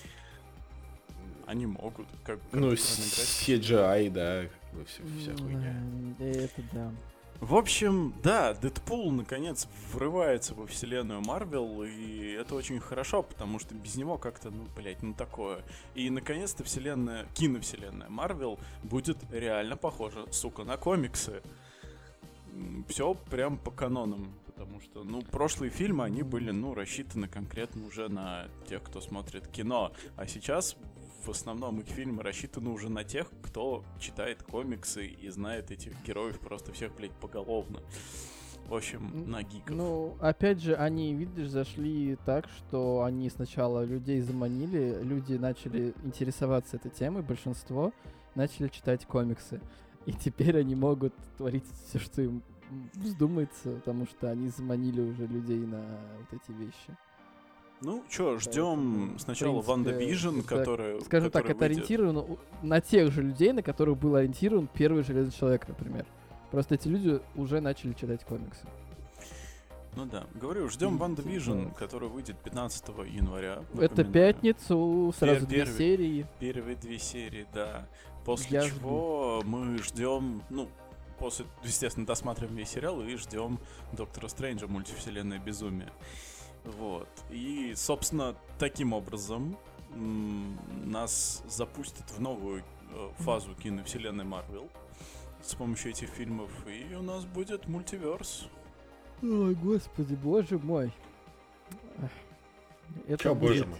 Они могут, как Ну, компьютерная графика. си джи ай, да, как бы вся, вся хуйня. М, Это да. В общем, да, Дэдпул наконец врывается во вселенную Марвел, и это очень хорошо, потому что без него как-то, ну, блять, ну такое. И наконец-то вселенная, киновселенная Марвел будет реально похожа, сука, на комиксы. Все прям по канонам, потому что, ну, прошлые фильмы, они были, ну, рассчитаны конкретно уже на тех, кто смотрит кино, а сейчас в основном их фильмы рассчитаны уже на тех, кто читает комиксы и знает этих героев просто всех, блядь, поголовно. В общем, Н- на гиков. Ну, опять же, они, видишь, зашли так, что они сначала людей заманили, люди начали интересоваться этой темой, большинство начали читать комиксы. И теперь они могут творить все, что им вздумается, потому что они заманили уже людей на вот эти вещи. Ну, чё, ждем Поэтому, сначала в принципе, Ванда Вижн, это, которая... Скажем так, которая это выйдет. ориентировано у- на тех же людей, на которых был ориентирован первый Железный Человек, например. Просто эти люди уже начали читать комиксы. Ну да, говорю, ждем И, Ванда типа, Вижн, которая выйдет пятнадцатого января. Это напоминаю. пятницу, сразу Пер- две первый. серии. Первые две серии, да. После Я чего мы ждем, ну, после, естественно, досматриваем весь сериал и ждем Доктора Стрэнджа, мультивселенная безумие. Вот. И, собственно, таким образом м, нас запустят в новую э, фазу киновселенной Марвел с помощью этих фильмов, и у нас будет мультиверс. Ой, господи, боже мой. Эх, Это Чё, боже будет- мой?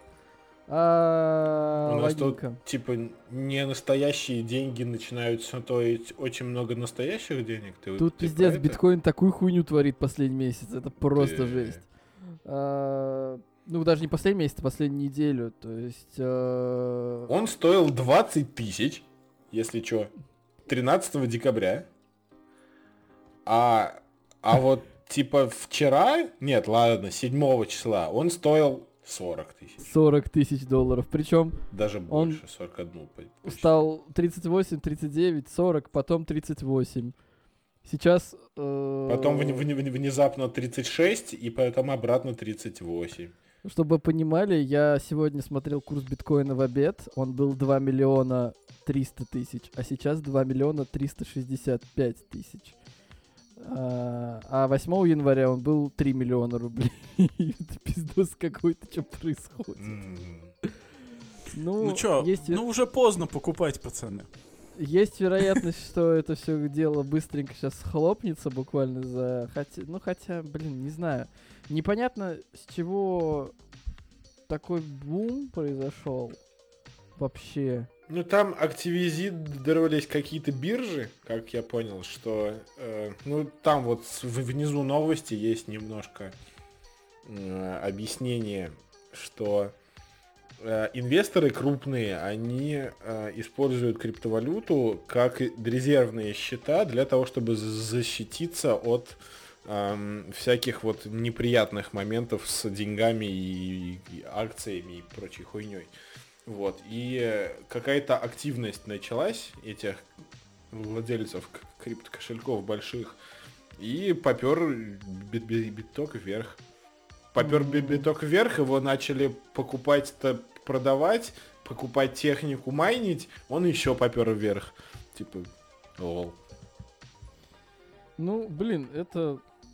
А, У нас тут, ладненько. типа, не настоящие деньги начинают стоить очень много настоящих денег. Ты, Тут ты пиздец, про это? биткоин такую хуйню творит последний месяц. Это просто Ты- жесть. А, ну, даже не последний месяц, а последнюю неделю. То есть... а, Он стоил двадцать тысяч, если чё, тринадцатого декабря. А, а вот, типа, вчера, нет, ладно, седьмого числа, он стоил сорок тысяч. сорок тысяч долларов. Причем Даже Он больше, сорок один. по- почти. стал тридцать восемь, тридцать девять, сорок, потом тридцать восемь. Сейчас... э, Потом вне- вне- вне- внезапно тридцать шесть, и потом обратно тридцать восемь. Чтобы вы понимали, я сегодня смотрел курс биткоина в обед. Он был два миллиона триста тысяч, а сейчас два миллиона триста шестьдесят пять тысяч. А, а восьмого января он был три миллиона рублей. Это пиздос какой-то, что происходит. Ну, ну чё, есть... ну уже поздно покупать, пацаны. Есть вероятность, что это все дело быстренько сейчас схлопнется буквально за... Хотя, ну хотя, блин, не знаю. Непонятно, с чего такой бум произошел вообще. Ну там активизировались какие-то биржи, как я понял, что... Э, ну там вот внизу новости есть немножко э, объяснение, что... Инвесторы крупные, они э, используют криптовалюту как резервные счета для того, чтобы защититься от э, всяких вот неприятных моментов с деньгами и, и акциями и прочей хуйней. Вот. И какая-то активность началась этих владельцев криптокошельков больших, и попер бит- бит- биток вверх. Попер биток вверх, его начали покупать-то, продавать, покупать технику, майнить, он еще попер вверх. Типа, лол. Ну, блин, это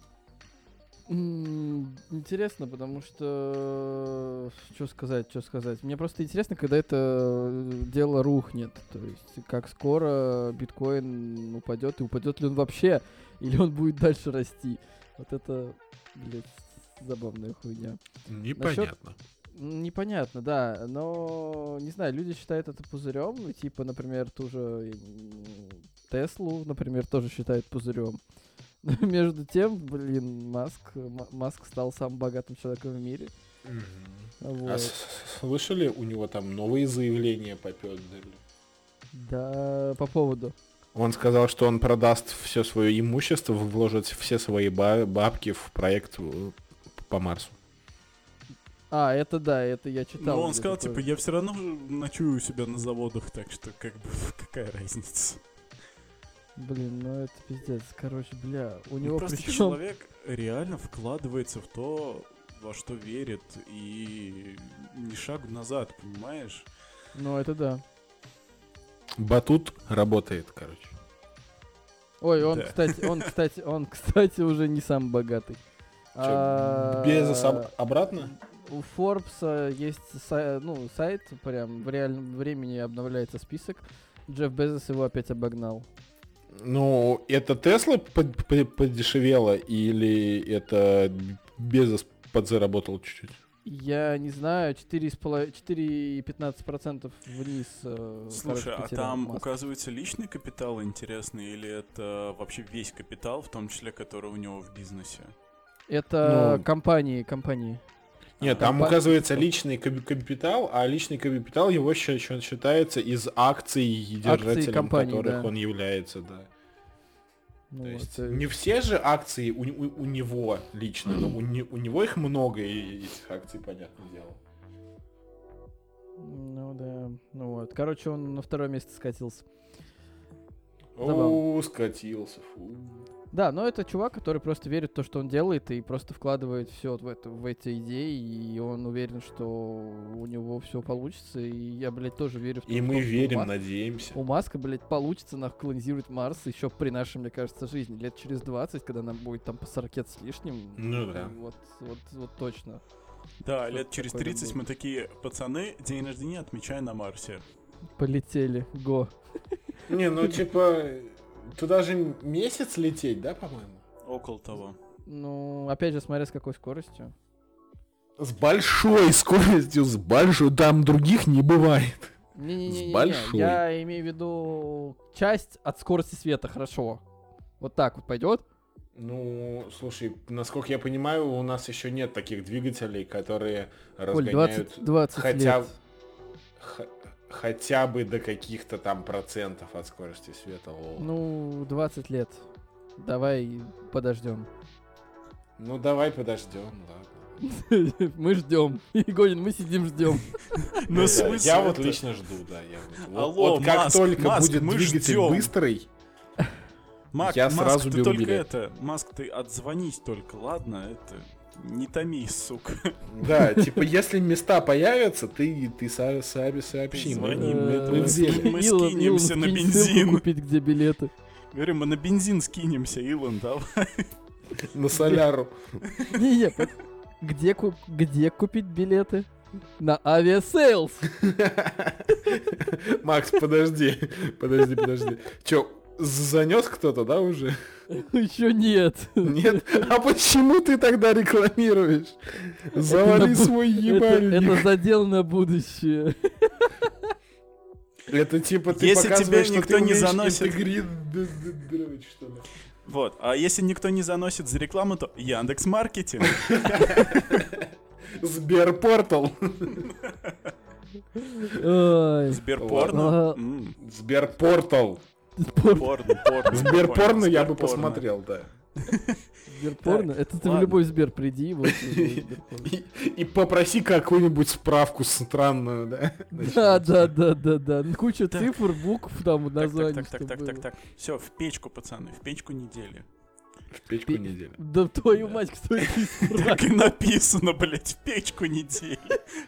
м- интересно, потому что... Что сказать, что сказать. Мне просто интересно, когда это дело рухнет. То есть, как скоро биткоин упадет, и упадет ли он вообще, или он будет дальше расти. Вот это, блядь, забавная хуйня. Непонятно. Насчет... Непонятно, да, но, не знаю, люди считают это пузырем, ну, типа, например, ту же Теслу, например, тоже считают пузырем. Между тем, блин, Маск, М- Маск стал самым богатым человеком в мире. Mm-hmm. Вот. А с- слышали, у него там новые заявления попёрли? Да, по поводу. Он сказал, что он продаст все свое имущество, вложит все свои ба- бабки в проект по Марсу. А, это да, это я читал. Ну, он сказал, тоже. типа, я все равно ночую у себя на заводах, так что, как бы, какая разница? Блин, ну это пиздец. Короче, бля, у Ну, него просто причем... человек реально вкладывается в то, во что верит, и ни шагу назад, понимаешь? Ну, это да. Батут работает, короче. Ой, он, Да. кстати, он, кстати, он, кстати, уже не самый богатый. А, Безос об- обратно? У Forbes есть сай- ну, сайт, прям в реальном времени обновляется список. Джефф Безос его опять обогнал. Ну, это Тесла под- под- подешевела или это Безос подзаработал чуть-чуть? Я не знаю, четыре целых пятнадцать сотых процента вниз. э, Слушай, короче, а потерял там Маск. указывается личный капитал интересный, или это вообще весь капитал, в том числе, который у него в бизнесе? Это Ну, компании, компании. Нет, А, там компа- указывается личный кап- капитал, а личный капитал его ща- ща- считается из акций, держателем компаний, которых да. он является, да. Ну, То вот, есть э, не все же акции у, у- у него лично, но у, не- у него их много, и этих акций, понятное дело. Ну да, ну вот. Короче, он на второе место скатился. О, скатился, фу. Да, но это чувак, который просто верит в то, что он делает, и просто вкладывает все в, это, в эти идеи, и он уверен, что у него все получится, и я, блядь, тоже верю в то, И что мы у верим, Мас- надеемся. У Маска, блядь, получится нах колонизировать Марс еще при нашей, мне кажется, жизни. Лет через двадцать, когда нам будет там по сорок с лишним. Ну да. Вот, вот, вот точно. Да, Что-то лет через такое тридцать будет. мы такие, пацаны, день рождения отмечай на Марсе. Полетели, го. Не, ну типа, туда же месяц лететь, да, по-моему? Около того. Ну, опять же, смотря с какой скоростью. С большой скоростью, с большой, там других не бывает. Не-не-не, С большой. я имею в виду часть от скорости света, хорошо. Вот так вот пойдет. Ну, слушай, насколько я понимаю, у нас еще нет таких двигателей, которые Коль, разгоняют двадцать, двадцать хотя, лет. х- хотя бы до каких-то там процентов от скорости света. Лол. Ну, двадцать лет. Давай подождем. Ну, давай подождем, ладно. Мы ждем. Игонин, мы сидим ждем. Ну, Да, в смысле я вот это? лично жду, да. Я вот, вот- Алло, вот как Маск, только Маск, будет мы двигатель ждем. быстрый, Мак, Я Маск, сразу ты беру только билет. это, Маск, ты отзвонись только, ладно? Это не томи, сука. да, типа, если места появятся, ты, ты со- со- сообщи. Звони, мы, мы мы это в деле. Мы Илон- скинемся Илон, на скинь бензин. ссылку купить, где билеты. Говорю, мы на бензин скинемся, Илон, давай. На соляру. Не-не, под- где, ку- где купить билеты? На авиасейлс. Макс, подожди. Подожди, подожди. Чё, занес кто-то, да, уже? Еще нет. Нет? А почему ты тогда рекламируешь? Завали на бу- свой Это, ебальник. это задел на будущее. Это типа ты Если показываешь, тебе что никто ты не умеешь заносит- интегрировать, что ли? Вот. А если никто не заносит за рекламу, то Яндекс.Маркетинг. Сберпортал. Ой. Сберпорно. Ага. М, Сберпортал. Спорт. Порно, порно. Сберпорно я бы Сберпорно. посмотрел, да. Сберпорно? Так, Это ты в ладно. любой Сбер приди, вот. и будет Сберпорно. И, и попроси какую-нибудь справку странную, да? Да, да, да, да, да. Ну, куча Так. цифр, букв там, Так, названий, так, так, что так, так, было. так, так. Все, в печку, пацаны, в печку недели. В печку Пе- недели. Да твою Да. мать, кто это Так исправил, и написано, блять, в печку недели.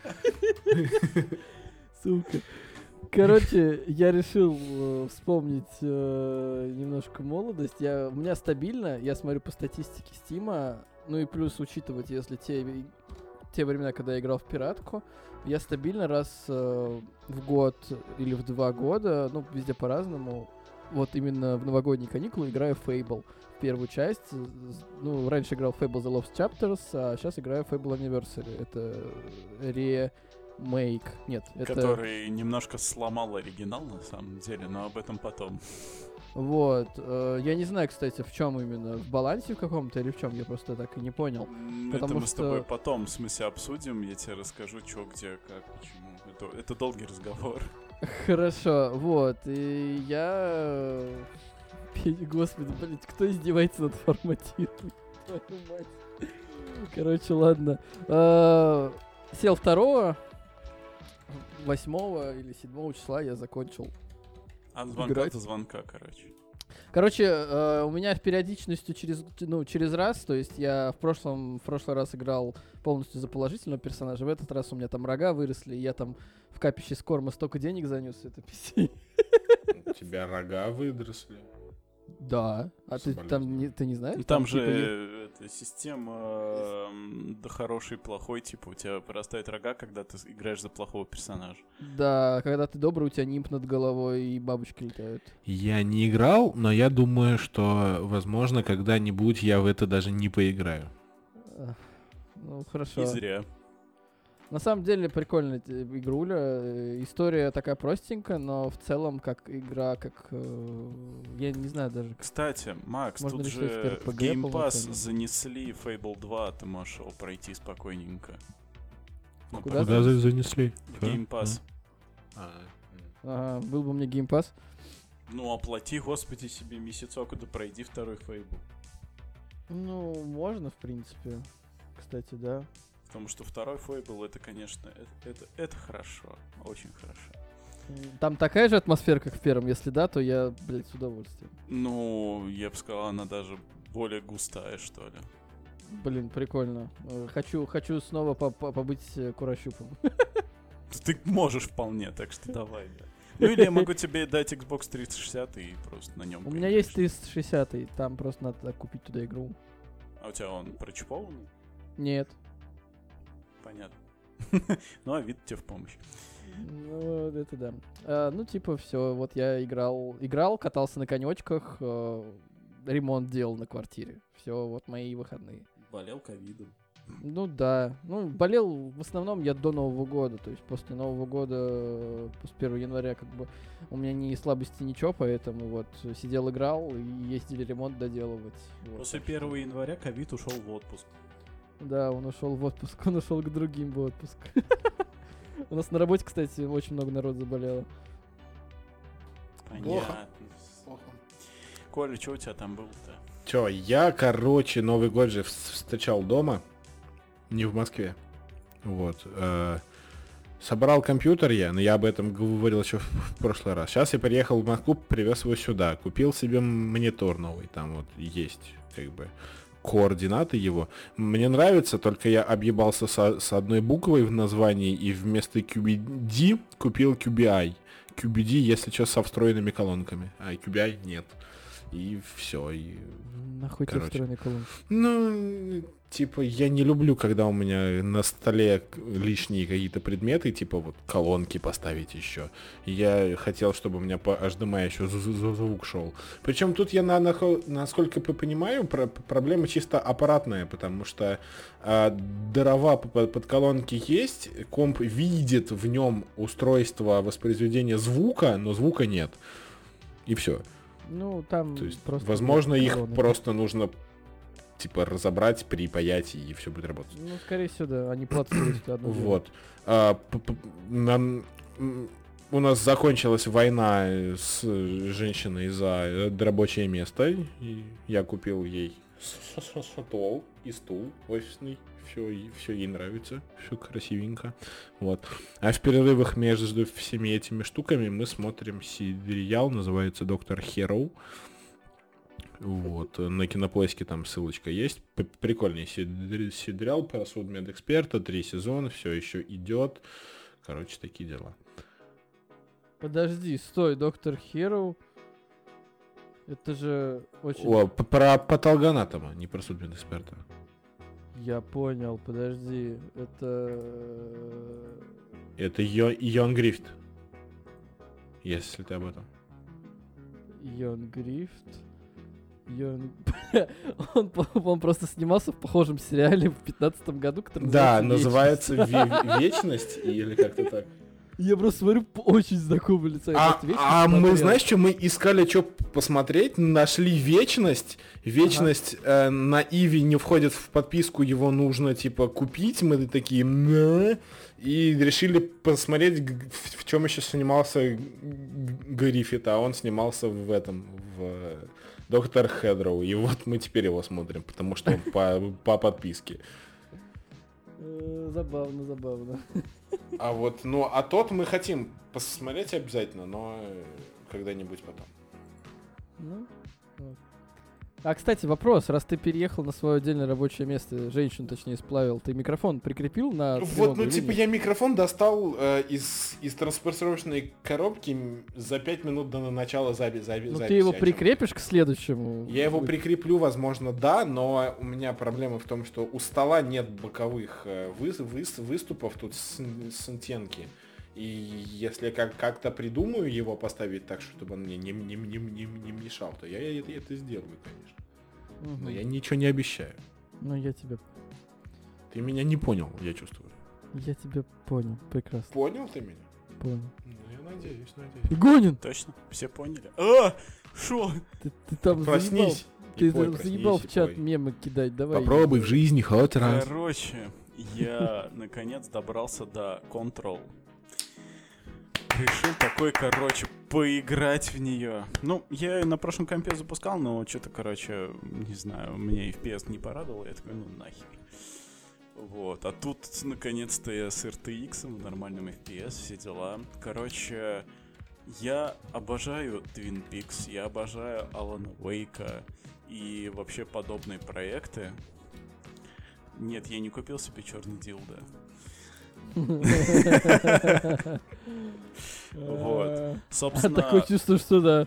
сука. Короче, я решил э, вспомнить э, немножко молодость. Я, у меня стабильно, я смотрю по статистике Стима, ну и плюс учитывать, если те, ви- те времена, когда я играл в пиратку, я стабильно раз э, в год или в два года, ну, везде по-разному, вот именно в новогодние каникулы играю в Fable. В первую часть, з- ну, раньше играл в Fable The Lost Chapters, а сейчас играю в Fable Anniversary. Это ре... Мейк. Нет, это... Который немножко сломал оригинал, на самом деле, но об этом потом. Вот. э, я не знаю, кстати, в чем именно. В балансе в каком-то или в чем, я просто так и не понял. М, Потому это мы с что- тобой потом, в смысле, обсудим. Я тебе расскажу, что, где, как, почему. Это, это долгий разговор. Хорошо, вот. И я... э, пе- Господи, блядь, кто издевается над форматированием? Твою мать. Короче, ладно. Э, Сел второго, восьмого или седьмого числа я закончил. От звонка Играть. до звонка, короче. Короче, э, у меня с периодичностью через, ну, через раз, то есть я в прошлом, в прошлый раз играл полностью за положительного персонажа, в этот раз у меня там рога выросли, и я там в капище с корма столько денег занес, это писи. У тебя рога выдросли. Да. А ты Соболезную. там не, ты не знаешь? Ну, там типа, же е- э, эта система э, да хороший и плохой, типа у тебя вырастают рога, когда ты с- играешь за плохого персонажа. Да, когда ты добрый, у тебя нимб над головой и бабочки летают. Я не играл, но я думаю, что, возможно, когда-нибудь я в это даже не поиграю. Ах, Ну, хорошо. И зря. На самом деле прикольная т- игруля. э, История такая простенькая, но в целом как игра, как... э, Я не знаю даже. как- Кстати, Макс, Можно тут ли считать, же это в эр пи джи Game Pass полноценный? занесли Fable два, ты можешь его пройти спокойненько. Ну, Куда правда, занесли? занесли? в Game Pass. Ага, был бы мне геймпас. Ну, оплати, господи, себе месяцок, да пройди второй Fable. Ну, можно, в принципе. Кстати, да. Потому что второй Fable, это, конечно, это, это, это хорошо. Очень хорошо. М, Там такая же атмосфера, как в первом. Если да, то я, блядь, с удовольствием. Ну, я бы сказал, она даже более густая, что ли. Блин, прикольно. Э, Хочу, хочу снова по- по- побыть э, Курощупом. Ты можешь вполне, так что давай, да. Ну или я могу тебе дать Xbox триста шестьдесят и просто на нем. У меня есть триста шестьдесят, и там просто надо купить туда игру. А у тебя он прочипованный? Нет. Понятно. Ну, а вид тебе в помощь. Ну, это да. А, ну, типа, все, вот я играл, играл, катался на конечках, э, ремонт делал на квартире. Все, вот мои выходные. Болел ковидом. Ну да. Ну, болел в основном я до Нового года. То есть после Нового года, э, после первого января, как бы у меня ни слабости, ничего, поэтому вот сидел, играл и ездили ремонт доделывать. Вот, После так что- первого января ковид ушел в отпуск. Да, он ушел в отпуск, он ушел к другим в отпуск. У нас на работе, кстати, очень много народ заболело. Понятно. Коля, что у тебя там было-то? Чё, я, короче, Новый год же вс- встречал дома, не в Москве. Вот. э, Собрал компьютер я, но я об этом говорил еще в, в прошлый раз. Сейчас я приехал в Москву, привез его сюда, купил себе монитор новый, там вот есть, как бы, координаты его. Мне нравится, только я объебался со- с одной буквой в названии и вместо кью би ди купил кью би ай. кью би ди, если что, со встроенными колонками, а кью би ай нет. и все. И... Нахуй тебе встроенные колонки? Ну, типа, я не люблю, когда у меня на столе лишние какие-то предметы, типа вот колонки поставить еще. Я хотел, чтобы у меня по эйч ди эм ай еще звук шел. Причем тут я, на, на, насколько я понимаю, про, проблема чисто аппаратная, потому что а, дрова под, под колонки есть, комп видит в нем устройство воспроизведения звука, но звука нет. И все. Ну, там То есть, просто... возможно, их колонок. просто нужно типа разобрать, припаять, и все будет работать. Ну, скорее всего, да, они платят одно дело. Вот. А, п- п- нам, м, у нас закончилась война с женщиной за рабочее место. И я купил ей с- с- стол и стул офисный. Все, все ей нравится, все красивенько. Вот. А в перерывах между всеми этими штуками мы смотрим сериал, называется «Доктор Хэрроу». Вот, на Кинопоиске там ссылочка есть. Прикольный сериал про судмедэксперта, три сезона, все еще идет. Короче, такие дела. Подожди, стой, Доктор Хэрроу. Это же очень... О, про патологоанатома, не про судмедэксперта. Я понял, подожди. Это... Это Йон Грифт. Если ты об этом. Йон Грифт. Йон... он, он просто снимался в похожем сериале в пятнадцатом году, который Да, называется называется «Вечность» или как-то так. Я просто смотрю, очень знакомое лицо. А, а мы, знаешь, что мы искали, что посмотреть, нашли «Вечность». «Вечность» ага. э, на Иви не входит в подписку, его нужно, типа, купить. Мы такие, на, и решили посмотреть, в, в чем еще снимался Гриффит, а он снимался в этом, в «Доктор Хэрроу». И вот мы теперь его смотрим, потому что он по, по подписке. Забавно, забавно. А вот, ну, а тот мы хотим посмотреть обязательно, но когда-нибудь потом. Ну, вот. А, кстати, вопрос. Раз ты переехал на свое отдельное рабочее место, женщину, точнее, сплавил, ты микрофон прикрепил на... Вот, ну, типа, я микрофон достал э, из, из транспортировочной коробки за пять минут до начала заби- заби- ну, записи. ты его прикрепишь к следующему? Я его прикреплю, возможно, да, но у меня проблема в том, что у стола нет боковых э, вы, вы, выступов, тут с, с антенки. И если я как- как-то придумаю его поставить так, чтобы он мне не, не, не, не, не мешал, то я это, это сделаю, конечно. Угу. Но я ничего не обещаю. Ну, я тебя... Ты меня не понял, я чувствую. Я тебя понял, прекрасно. Понял ты меня? Понял. Ну, я надеюсь, надеюсь. Гонин! Точно? Все поняли? А, шо? Ты, ты там Проснись. заебал, ты пой, там проснись заебал в чат пой. мемы кидать, давай. Попробуй в жизни хоть раз. Короче, я наконец добрался до Control. Решил такой, короче, поиграть в нее. Ну, я на прошлом компе запускал, но что-то, короче, не знаю, мне эф пи эс не порадовал, я такой, ну нахер. Вот, а тут, наконец-то, я с эр ти экс, в нормальном эф пи эс, все дела. Короче, я обожаю Twin Peaks, я обожаю Алана Уэйка и вообще подобные проекты. Нет, я не купил себе черный дилдо. Вот. Собственно, Такое чувство, что да.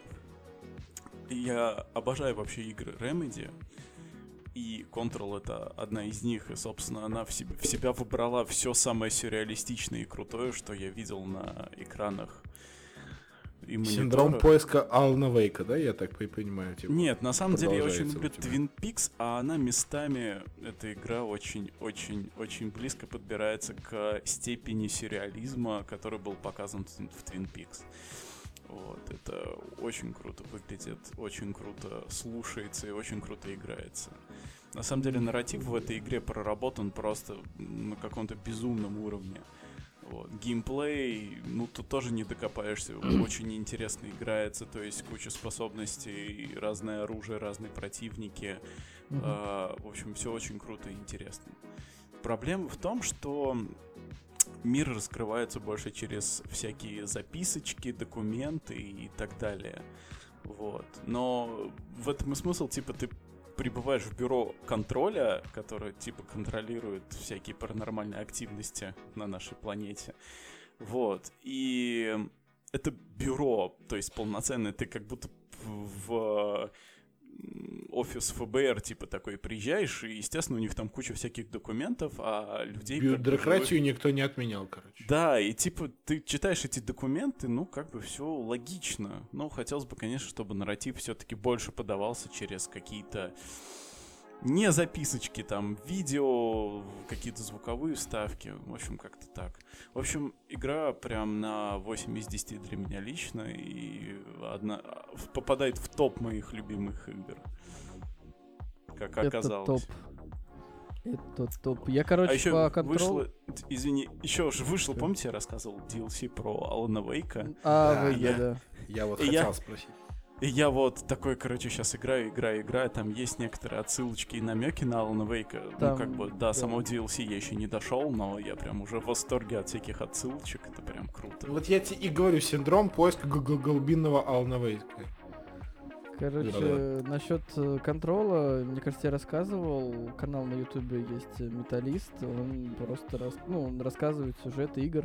Я обожаю вообще игры Remedy. И Control — это одна из них. И, собственно, она в себя, в себя выбрала все самое сюрреалистичное и крутое, что я видел на экранах и мониторах. Синдром поиска Алана Вейка, да, я так понимаю? Типа, Нет, на самом деле я очень продолжается люблю у тебя. Twin Peaks, а она местами, эта игра очень-очень-очень близко подбирается к степени сюрреализма, который был показан в Twin Peaks. Вот, это очень круто выглядит, очень круто слушается и очень круто играется. На самом деле нарратив в этой игре проработан просто на каком-то безумном уровне. Вот. Геймплей, ну, тут тоже не докопаешься, очень интересно играется, то есть куча способностей, разное оружие, разные противники. Mm-hmm. А, в общем, все очень круто и интересно. Проблема в том, что мир раскрывается больше через всякие записочки, документы и так далее. Вот. Но в этом и смысл, типа, ты прибываешь в бюро контроля, которое, типа, контролирует всякие паранормальные активности на нашей планете. Вот. И это бюро, то есть полноценное, ты как будто в, в офис эф бэ эр, типа, такой, приезжаешь, и, естественно, у них там куча всяких документов, а людей... Бюрократию живых... никто не отменял, короче. Да, и, типа, ты читаешь эти документы, ну, как бы все логично. Но хотелось бы, конечно, чтобы нарратив все-таки больше подавался через какие-то не записочки, там, видео, какие-то звуковые вставки, в общем, как-то так. В общем, игра прям на восемь из десяти для меня лично, и одна, попадает в топ моих любимых игр, как оказалось. Это топ. Это топ. Я, короче, а еще по контролу... вышло, извини, еще же вышло, помните, я рассказывал ди эл си про Алана Вейка? А, да, вы, я, да. Я вот и хотел я... спросить. И я вот такой, короче, сейчас играю, играю, играю, там есть некоторые отсылочки и намеки на Алана Вейка. Там, ну, как бы, да, да, само ди эл си я еще не дошел, но я прям уже в восторге от всяких отсылочек, это прям круто. Вот я тебе и говорю, синдром поиска голубинного Алана Вейка. Короче, да, да. насчет контрола, мне кажется, я рассказывал, канал на ютубе есть Металлист, он просто рас... ну, он рассказывает сюжеты игр.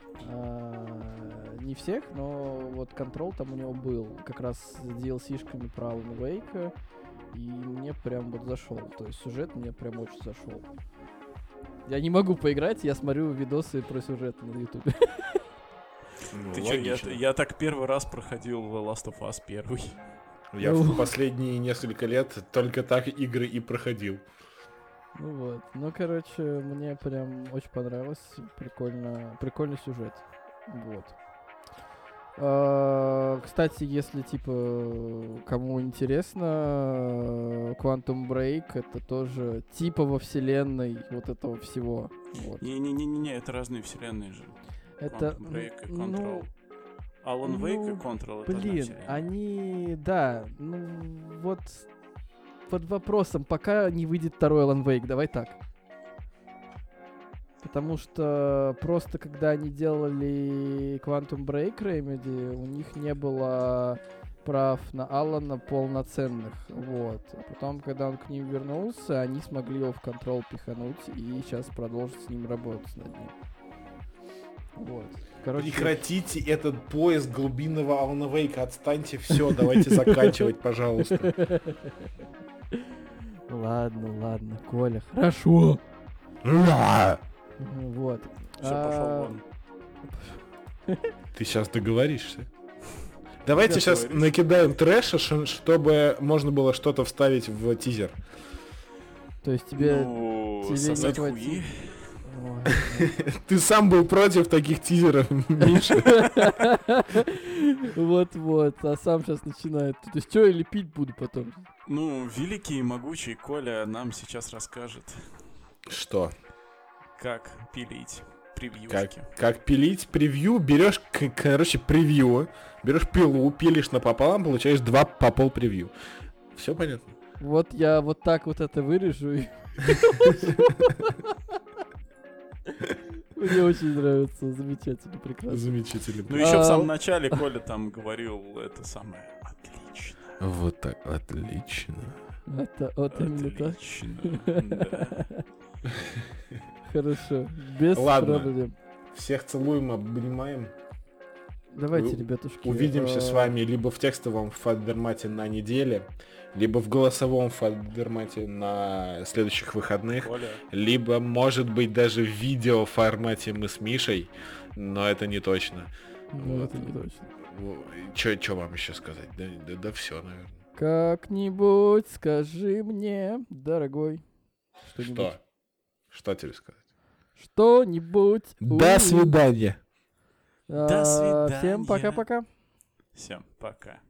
А, не всех, но вот контрол там у него был как раз с ди эл си-шками про Alan Wake, и мне прям вот зашел, то есть сюжет мне прям очень зашел. Я не могу поиграть, я смотрю видосы про сюжет на ютубе. Ну, ты чё, я, я так первый раз проходил Last of Us первый. Я в последние несколько лет только так игры и проходил. Ну вот, ну, короче, мне прям очень понравилось, прикольно, прикольный сюжет, вот. А, кстати, если, типа, кому интересно, Quantum Break — это тоже типа во вселенной вот этого всего, вот. Не-не-не-не, это разные вселенные же. Это, Quantum Break и Control. Ну, Alan Wake ну, и Control — это блин, они, да, ну, вот... под вопросом, пока не выйдет второй Alan Wake, давай так. Потому что просто когда они делали Quantum Break Remedy, у них не было прав на Алана полноценных, вот. А потом, когда он к ним вернулся, они смогли его в Control пихануть и сейчас продолжат с ним работать над ним. Вот. Короче... Прекратите этот поиск глубинного Алана Вейка, отстаньте, все, давайте заканчивать, пожалуйста. Ладно, ладно, Коля, хорошо. Вот. Все, пошел вон. Ты сейчас договоришься. Давайте сейчас накидаем трэша, чтобы можно было что-то вставить в тизер. То есть тебе... Ну, сосать хуи. Ты сам был против таких тизеров, Миша. Вот-вот, а сам сейчас начинает. То есть что я лепить буду потом? Ну, великий и могучий Коля нам сейчас расскажет. Что? Как пилить превьюшки. Как, как пилить превью? Берешь, к- короче, превью, берешь пилу, пилишь напополам, получаешь два по пол превью. Все понятно? Вот я вот так вот это вырежу и... Мне очень нравится, замечательно, прекрасно. Замечательно. Ну еще в самом начале Коля там говорил это самое отлично. Вот так, отлично. Это вот именно так. Отлично, Хорошо, без проблем. Всех целуем, обнимаем. Давайте, ребятушки. Увидимся с вами либо в текстовом формате на неделе, либо в голосовом формате на следующих выходных, Коля. Либо, может быть, даже в видео формате мы с Мишей, но это не точно. Ну, вот. Это не точно. Что вам еще сказать? Да, да, да все, наверное. Как-нибудь скажи мне, дорогой. Что-нибудь. Что? Что тебе сказать? Что-нибудь. До свидания. А, До свидания. Всем пока-пока. Всем пока.